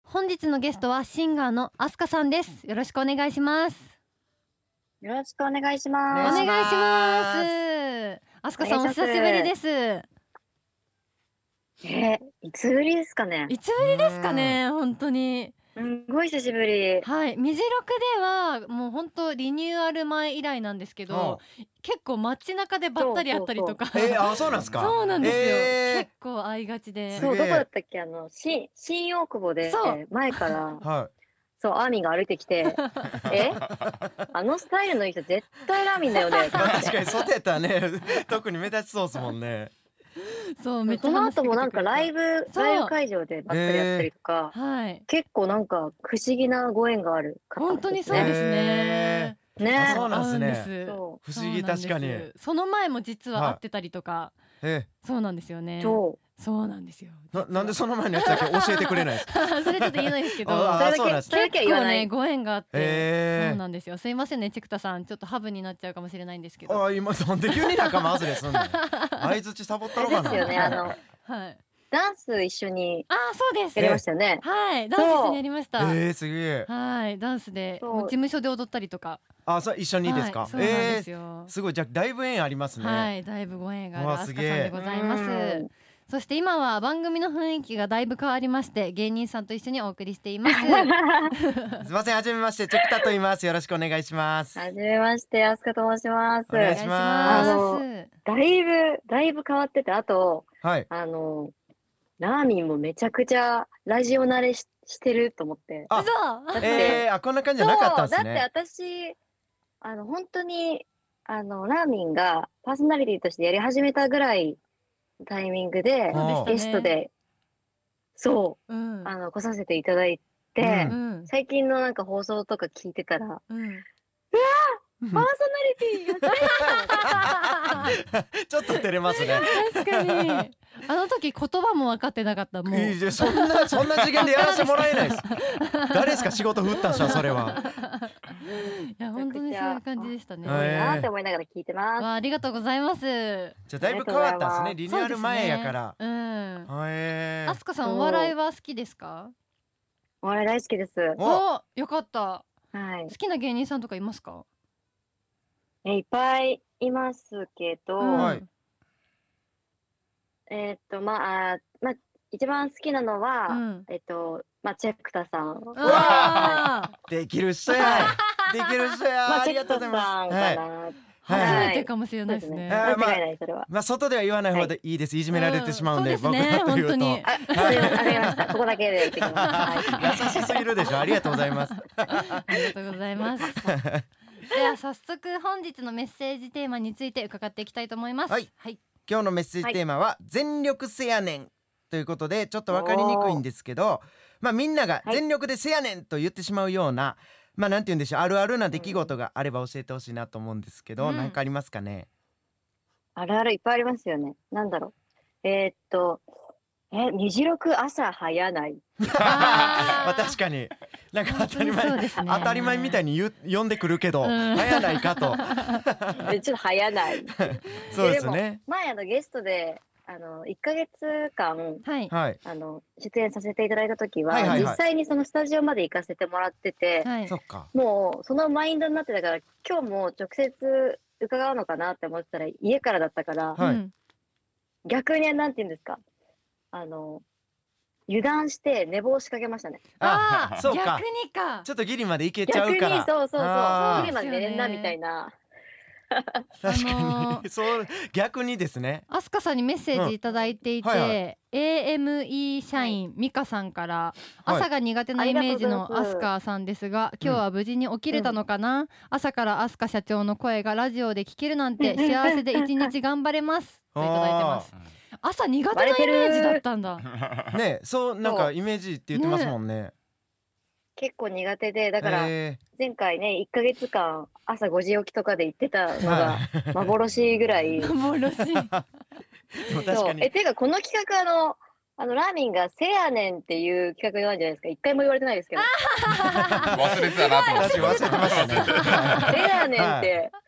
本日のゲストはシンガーのアスカさんです。よろしくお願いします。 よろしくお願いしおます。 願いします。アスカさんお久しぶりです。 いつぶりですかね。 いつぶりですかね、本当に。 すごい久しぶり。 はい、みじろくではもう本当リニューアル前以来なんですけど、結構街中でばったり会ったりとか。 そうなんですか。 そうなんですよ。結構会いがちで。 そう、どこだったっけ、新大久保で前からそうアーミンが歩いてきてあのスタイルのいい人絶対ラーミンだよね。 確かに外やったらね特に目立ちそうですもんね。 そう、めっちゃその後もなんかライブ会場でばったりやったりとか、結構なんか不思議なご縁がある方ですね。 本当にそうですね。 ね、そうなんですね。 不思議、確かに。 その前も実は会ってたりとか、そうなんですよね。そうなんですよ。 なんでその前のやつだけ教えてくれないですか。 それちょっと言えないですけど、それだけ言わない。ご縁があって、そうなんですよ。すいませんね、チクタさん、ちょっとハブになっちゃうかもしれないんですけど。 今なんで急に仲間外れすんの。相槌サボったのかな。 ですよね、はい。ダンス一緒にそうですやりましたよね。 はい、ダンス一緒にやりました。 すげえ。 はい、ダンスで事務所で踊ったりとか。 そう、一緒にですか。 そうなんですよ。 すごい、じゃあだいぶ縁ありますね。 はい、だいぶご縁があるアスカさんでございます。そして今は番組の雰囲気がだいぶ変わりまして、芸人さんと一緒にお送りしています。すいません、はじめまして、チクタと言います。よろしくお願いします。 はじめまして、アスカと申します。 お願いします。 だいぶ変わってて、あと、ラーミンもめちゃくちゃラジオ慣れしてると思って。 こんな感じじゃなかったんですね。 だって私本当にラーミンがパーソナリティとしてやり始めたぐらいタイミングでゲストで来させていただいて、最近のなんか放送とか聞いてたら、うわパーソナリティやってちょっと照れますね。 確かにあの時言葉も分かってなかった。もうそんな次元でやらせてもらえないです。誰ですか、仕事振った人は。それは。 いや、本当にそういう感じでしたね。 いいなって思いながら聞いてます。 ありがとうございます。 じゃあだいぶ変わったんですね、リニューアル前やから。 アスカさん、お笑いは好きですか？ お笑い大好きです。 よかった。好きな芸人さんとかいますか？ いっぱいいますけど、一番好きなのはチェクタさん。 できる人や。できる人や。 ありがとうございます。 初めてかもしれないですね。 間違いない、それは。 外では言わない方でいいです。いじめられてしまうんで、 僕だと言うと。 ありました。ここだけで言ってきます。 優しすぎるでしょ。ありがとうございます。 ありがとうございます。では早速本日のメッセージテーマについて伺っていきたいと思います。 今日のメッセージテーマは全力せやねんということで、ちょっと分かりにくいんですけど、みんなが全力でせやねんと言ってしまうような、なんて言うんでしょう、あるあるな出来事があれば教えてほしいなと思うんですけど、何かありますかね？ あるあるいっぱいありますよね。なんだろう。虹六朝早ない。 確かになんか当たり前みたいに呼んでくるけど、早ないかと。 ちょっと早ない。 そうですね。 前ゲストで1ヶ月間出演させていただいた時は実際にそのスタジオまで行かせてもらってて、もうそのマインドになってたから、今日も直接伺うのかなって思ってたら家からだったから、逆になんて言うんですか、油断して寝坊しかけましたね。 そうか。 逆にか。 ちょっとギリまで行けちゃうから。 そうギリまで寝れんなみたいな。 確かにそう、逆にですね。 アスカさんにメッセージいただいていて、AME 社員ミカさんから、朝が苦手なイメージのアスカさんですが、今日は無事に起きれたのかな？朝からアスカ社長の声がラジオで聞けるなんて幸せで一日頑張れますといただいてます。朝苦手なイメージだったんだね。そうなんかイメージって言ってますもんね。 結構苦手で、だから前回ね1ヶ月間朝5時起きとかで行ってたのが幻ぐらい。 幻。 ていうかこの企画ラーミンがせやねんっていう企画なんじゃないですか。一回も言われてないですけど。 忘れてたなと思って。 忘れてましたね。 せやねんって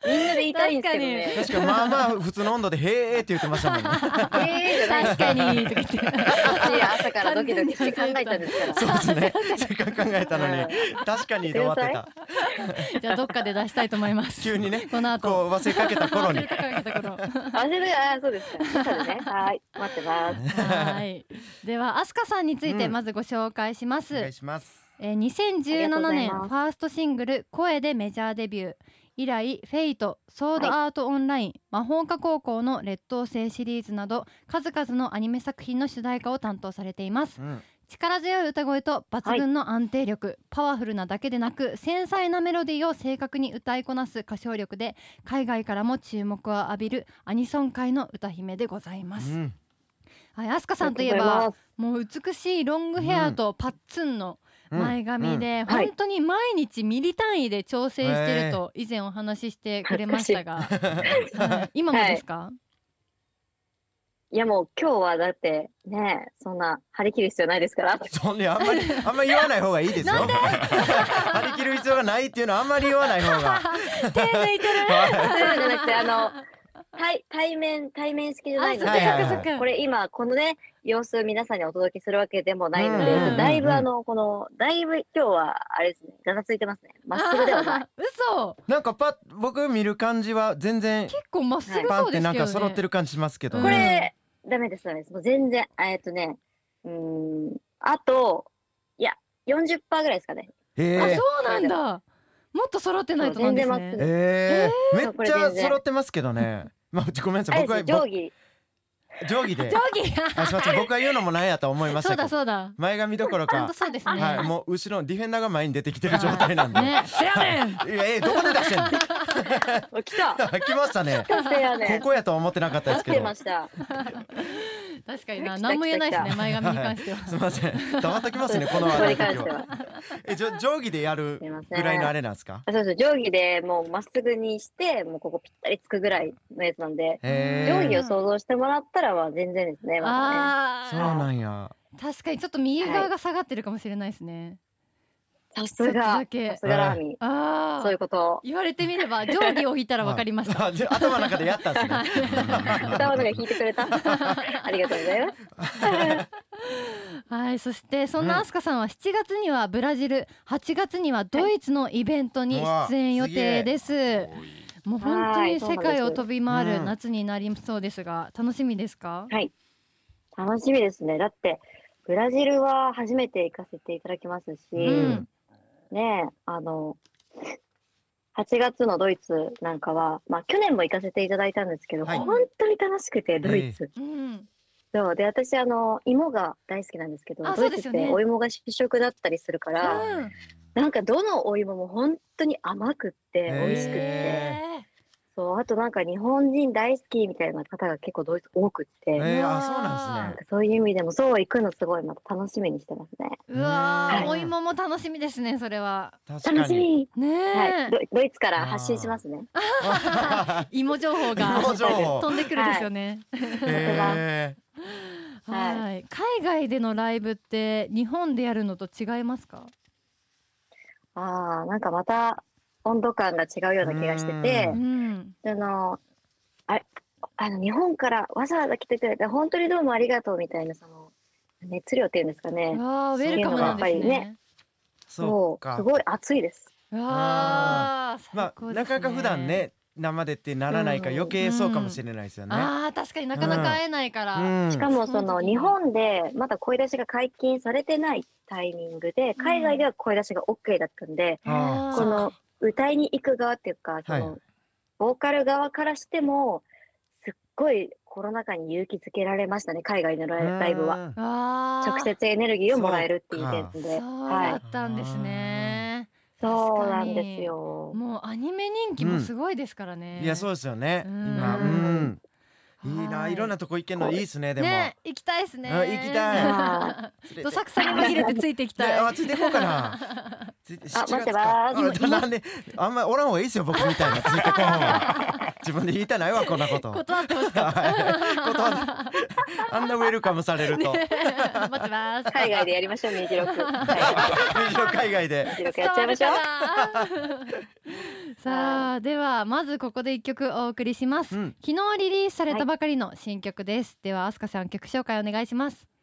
みんなで言いたいんですけどね。 確かにまあまあ普通の温度でへーって言ってましたもんね。 じゃない。 確かにとか言って。 朝からドキドキして考えたんですから。 そうですね。せっかく考えたのに確かにで終わってた。 じゃあどっかで出したいと思います。 急にね。 この後こう忘れかけた頃に。 そうですか。ね。はい、待ってます。 はい。ではアスカさんについてまずご紹介します。 お願いします。 2017年ファーストシングル声でメジャーデビュー以来、フェイト、ソードアートオンライン、魔法科高校の劣等生シリーズなど数々のアニメ作品の主題歌を担当されています。力強い歌声と抜群の安定力、パワフルなだけでなく繊細なメロディーを正確に歌いこなす歌唱力で海外からも注目を浴びるアニソン界の歌姫でございます。はい、アスカさんといえばもう美しいロングヘアとパッツンの前髪で、本当に毎日ミリ単位で調整してると以前お話ししてくれましたが、今もですか？ いやもう今日はだってね、そんな張り切る必要ないですから。 そんなあんまり言わない方がいいですよ。張り切る必要がないっていうのはあんまり言わない方が。 手抜いてる。 そうじゃなくて対面式じゃないので、これ今このね様子皆さんにお届けするわけでもないので、だいぶだいぶ今日はあれですね、ガタついてますね。まっすぐではない。 嘘。 なんか僕見る感じは全然結構まっすぐそうですけどね。 パンってなんか揃ってる感じしますけど。 これダメです。もう全然あといや 40% ぐらいですかね。 そうなんだ。もっと揃ってないとなんですね。 めっちゃ揃ってますけどね。まあごめんなさい、僕は定規で。僕が言うのもなんやと思いましたけど。 そうだ。 前髪どころか。 そうですね。 はい、もう後ろのディフェンダーが前に出てきてる状態なんで。 せやねん。 どこで出してんの？来ましたね。ここやとは思ってなかったですけど。 確かにな、何も言えないですね、前髪に関しては。 すみません、黙っときますね、この話題だけは。定規でやるぐらいのあれなんですか？ そう、定規でもうまっすぐにしてもうここぴったりつくぐらいのやつなんで、定規を想像してもらったらは全然ですね。 そうなんや。 確かにちょっと右側が下がってるかもしれないですね。 さすがラーミー。そういうこと言われてみれば定規を引いたら分かりました。 頭の中でやったんですね。 頭の中で引いてくれた。ありがとうございます。 はい、そしてそんなアスカさんは7月にはブラジル、8月にはドイツのイベントに出演予定です。もう本当に世界を飛び回る夏になりそうですが、楽しみですか？ はい、楽しみですね。だってブラジルは初めて行かせていただきますし、ね、8月のドイツなんかは、去年も行かせていただいたんですけど、本当に楽しくて、ドイツ。そうで、私芋が大好きなんですけど、ドイツってお芋が主食だったりするから、なんかどのお芋も本当に甘くって美味しくって、そう、あとなんか日本人大好きみたいな方が結構ドイツ多くって、 そうなんですね。 そういう意味でもそう行くのすごいまた楽しみにしてますね。 うわー、お芋も楽しみですね、それは。 楽しみね。 ドイツから発信しますね。 芋情報が飛んでくるですよね。はい、海外でのライブって日本でやるのと違いますか？ なんかまた温度感が違うような気がしてて、日本からわざわざ来てくれて本当にどうもありがとうみたいな、その熱量っていうんですかね。 ウェルカムなんですね。 そうすごい熱いです。 なかなか普段ね生でってならないから余計そうかもしれないですよね。 確かになかなか会えないから。 しかもその日本でまだ声出しが解禁されてないタイミングで、海外では声出しが OK だったんで、この歌いに行く側っていうか、そのボーカル側からしてもすっごいコロナ禍に勇気づけられましたね、海外のライブは。直接エネルギーをもらえるっていう点で。 そうだったんですね。 そうなんですよ。 もうアニメ人気もすごいですからね。 いやそうですよね。今いいな、いろんなとこ行けるのいいですね。でも行きたいですね。 行きたい。どさくさに紛れてついていきたい。 ついていこうかな。 待ってます。 なんであんまりおらん方がいいですよ、僕みたいなついてこんは。自分で言いたないわ、こんなこと。 断ってますか？ あんなウェルカムされると。 待ってます。 海外でやりましょう、ミュージロック。 海外で。 やっちゃいましょう。 さあではまずここで一曲お送りします、昨日リリースされたばかりの新曲です、では飛鳥さん曲紹介お願いします。